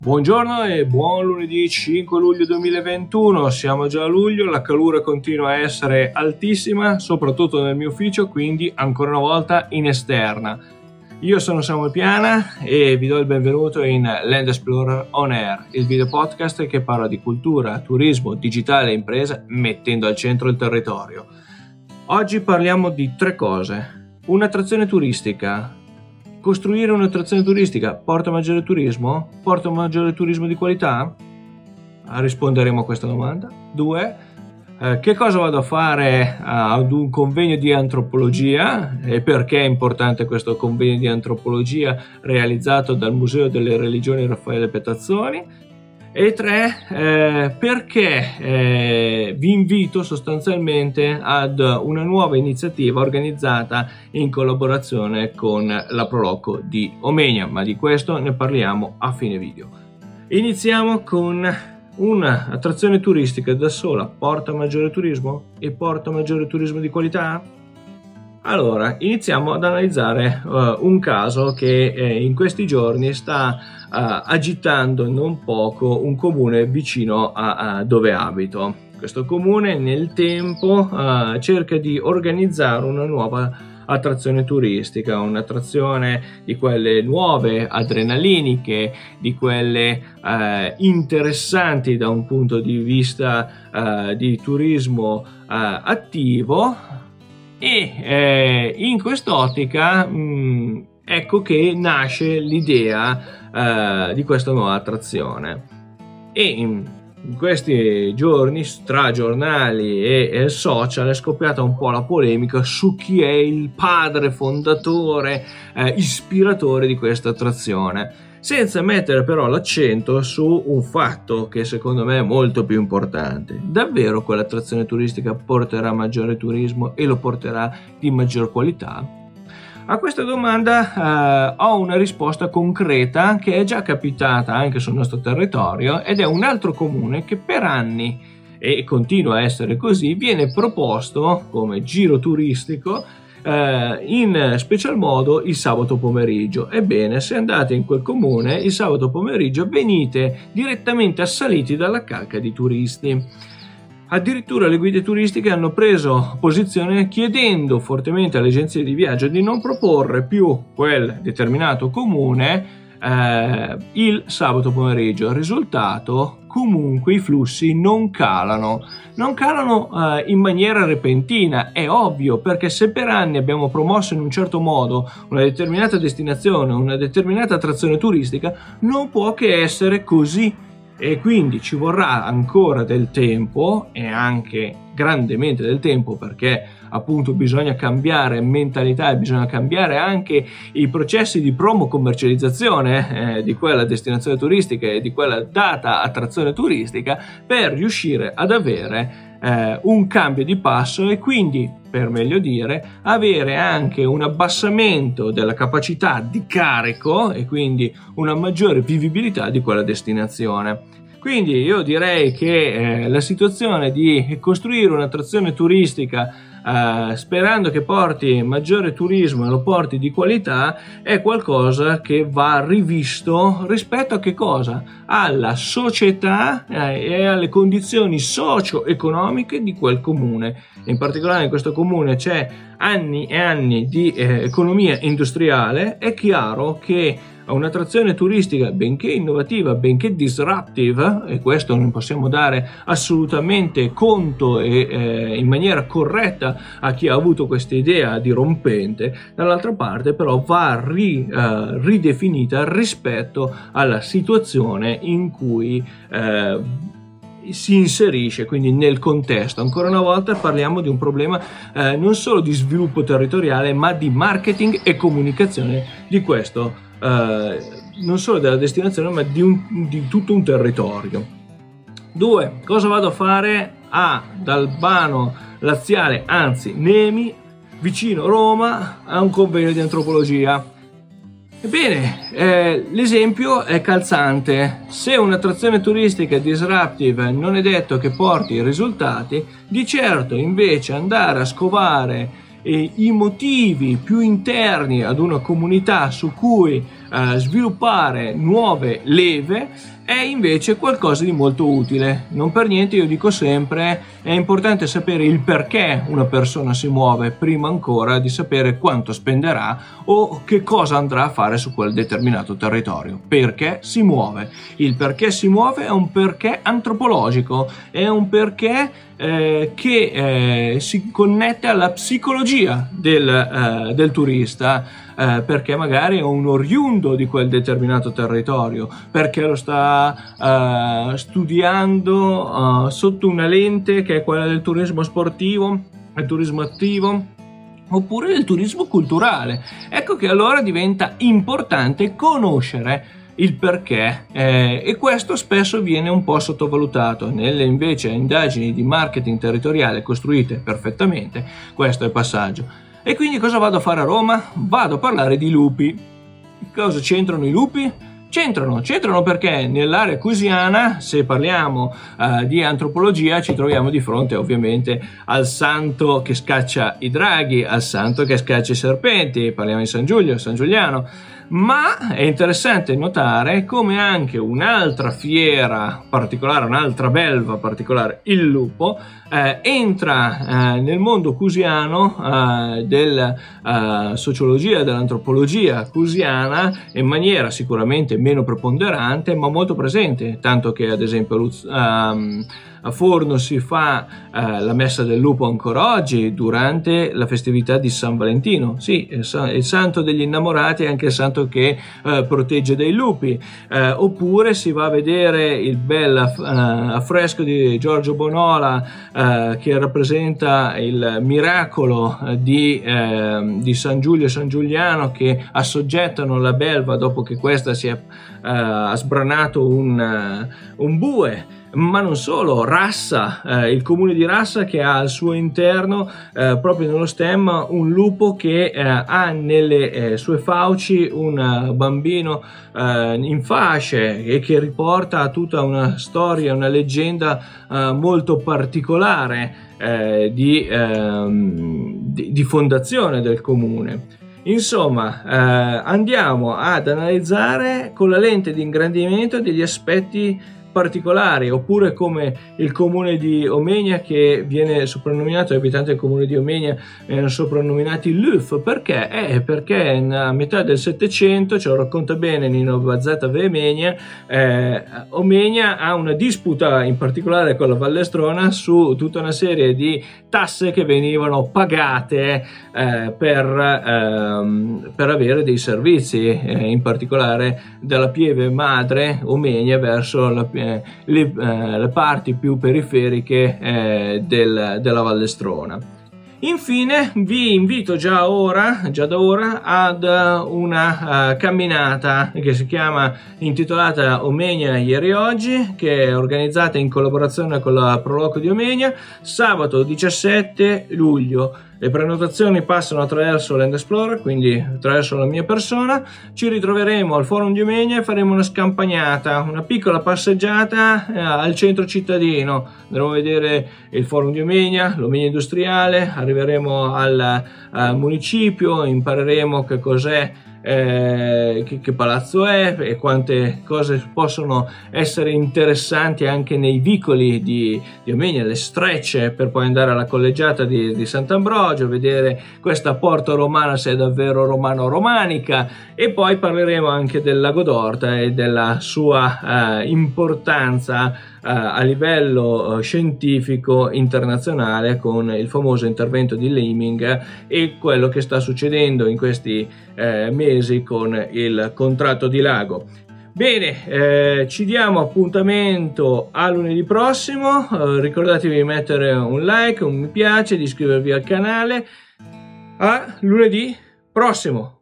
Buongiorno e buon lunedì 5 luglio 2021, siamo già a luglio, la calura continua a essere altissima, soprattutto nel mio ufficio, quindi ancora una volta in esterna. Io sono Samuel Piana e vi do il benvenuto in Land Explorer On Air, il video podcast che parla di cultura, turismo, digitale e impresa mettendo al centro il territorio. Oggi parliamo di tre cose: un'attrazione turistica. Costruire un'attrazione turistica porta maggiore turismo? Porta maggiore turismo di qualità? Risponderemo a questa domanda. 2. Che cosa vado a fare ad un convegno di antropologia e perché è importante questo convegno di antropologia realizzato dal Museo delle Religioni Raffaele Petazzoni? E 3, perché vi invito sostanzialmente ad una nuova iniziativa organizzata in collaborazione con la Proloco di Omegna, ma di questo ne parliamo a fine video. Iniziamo con un'attrazione turistica da sola. Porta maggiore turismo? E porta maggiore turismo di qualità? Allora, iniziamo ad analizzare un caso che in questi giorni sta agitando non poco un comune vicino a dove abito. Questo comune nel tempo cerca di organizzare una nuova attrazione turistica, un'attrazione di quelle nuove, adrenaliniche, di quelle interessanti da un punto di vista di turismo attivo. E in quest'ottica ecco che nasce l'idea di questa nuova attrazione. E in questi giorni tra giornali e social è scoppiata un po' la polemica su chi è il padre fondatore, ispiratore di questa attrazione, senza mettere però l'accento su un fatto che secondo me è molto più importante. Davvero quell'attrazione turistica porterà maggiore turismo e lo porterà di maggior qualità? A questa domanda ho una risposta concreta che è già capitata anche sul nostro territorio, ed è un altro comune che per anni, e continua a essere così, viene proposto come giro turistico in special modo il sabato pomeriggio. Ebbene, se andate in quel comune il sabato pomeriggio venite direttamente assaliti dalla calca di turisti. Addirittura le guide turistiche hanno preso posizione chiedendo fortemente alle agenzie di viaggio di non proporre più quel determinato comune il sabato pomeriggio. Il risultato: comunque i flussi non calano in maniera repentina. È ovvio, perché se per anni abbiamo promosso in un certo modo una determinata destinazione, una determinata attrazione turistica, non può che essere così. E quindi ci vorrà ancora del tempo, e anche grandemente del tempo, perché appunto bisogna cambiare mentalità e bisogna cambiare anche i processi di commercializzazione di quella destinazione turistica e di quella data attrazione turistica, per riuscire ad avere un cambio di passo e quindi, per meglio dire, avere anche un abbassamento della capacità di carico e quindi una maggiore vivibilità di quella destinazione. Quindi io direi che la situazione di costruire un'attrazione turistica sperando che porti maggiore turismo e lo porti di qualità è qualcosa che va rivisto rispetto a che cosa? Alla società e alle condizioni socio-economiche di quel comune. In particolare in questo comune c'è anni e anni di economia industriale. È chiaro che un'attrazione turistica, benché innovativa, benché disruptive, e questo non possiamo dare assolutamente conto e in maniera corretta a chi ha avuto questa idea dirompente, dall'altra parte però va ridefinita rispetto alla situazione in cui si inserisce, quindi nel contesto. Ancora una volta parliamo di un problema non solo di sviluppo territoriale, ma di marketing e comunicazione di questo non solo della destinazione, ma di tutto un territorio. 2. Cosa vado a fare dal Albano laziale, anzi Nemi, vicino Roma, a un convegno di antropologia? Ebbene, l'esempio è calzante. Se un'attrazione turistica disruptive non è detto che porti risultati, di certo invece andare a scovare i motivi più interni ad una comunità su cui sviluppare nuove leve è invece qualcosa di molto utile. Non per niente io dico sempre è importante sapere il perché una persona si muove prima ancora di sapere quanto spenderà o che cosa andrà a fare su quel determinato territorio. Perché si muove? Il perché si muove è un perché antropologico, è un perché che si connette alla psicologia del turista, perché magari è un oriundo di quel determinato territorio, perché lo sta studiando sotto una lente che è quella del turismo sportivo, del turismo attivo, oppure del turismo culturale. Ecco che allora diventa importante conoscere il perché, e questo spesso viene un po' sottovalutato. Nelle invece indagini di marketing territoriale costruite perfettamente, questo è il passaggio. E quindi cosa vado a fare a Roma? Vado a parlare di lupi. Cosa c'entrano i lupi? C'entrano perché nell'area cusiana, se parliamo di antropologia, ci troviamo di fronte ovviamente al santo che scaccia i draghi, al santo che scaccia i serpenti, parliamo di San Giulio, San Giuliano. Ma è interessante notare come anche un'altra fiera particolare, un'altra belva particolare, il lupo, entra nel mondo cusiano della sociologia, dell'antropologia cusiana in maniera sicuramente meno preponderante ma molto presente, tanto che ad esempio a Forno si fa la messa del lupo ancora oggi durante la festività di San Valentino. Sì, il santo degli innamorati è anche il santo che protegge dai lupi. Oppure si va a vedere il bel affresco di Giorgio Bonola che rappresenta il miracolo di San Giulio e San Giuliano che assoggettano la belva dopo che questa si è sbranato un bue. Ma non solo, Rassa, il comune di Rassa che ha al suo interno proprio nello stemma un lupo che ha nelle sue fauci un bambino in fasce e che riporta tutta una storia, una leggenda molto particolare di fondazione del comune. Insomma, andiamo ad analizzare con la lente di ingrandimento degli aspetti particolari, oppure come il comune di Omegna che viene soprannominato, gli abitanti del comune di Omegna vengono soprannominati Luf. Perché? Perché a metà del Settecento, ce lo racconta bene Nino Bazzata Veemegna, Omegna ha una disputa in particolare con la Vallestrona su tutta una serie di tasse che venivano pagate per avere dei servizi, in particolare dalla pieve madre Omegna verso le parti più periferiche della Vallestrona. Infine vi invito già da ora ad una camminata che si chiama intitolata Omegna ieri oggi, che è organizzata in collaborazione con la Proloco di Omegna, sabato 17 luglio. Le prenotazioni passano attraverso Land Explorer, quindi attraverso la mia persona. Ci ritroveremo al Forum di Omegna e faremo una scampagnata, una piccola passeggiata al centro cittadino. Andremo a vedere il Forum di Omegna, l'Omegna industriale, arriveremo al municipio, impareremo che cos'è, che palazzo è e quante cose possono essere interessanti anche nei vicoli di Omegna, le strecce, per poi andare alla collegiata di Sant'Ambrogio, vedere questa porta romana se è davvero romano-romanica, e poi parleremo anche del Lago d'Orta e della sua importanza a livello scientifico internazionale, con il famoso intervento di Leeming e quello che sta succedendo in questi mesi con il contratto di Lago. Bene, ci diamo appuntamento a lunedì prossimo. Ricordatevi di mettere un like, un mi piace, di iscrivervi al canale. A lunedì prossimo.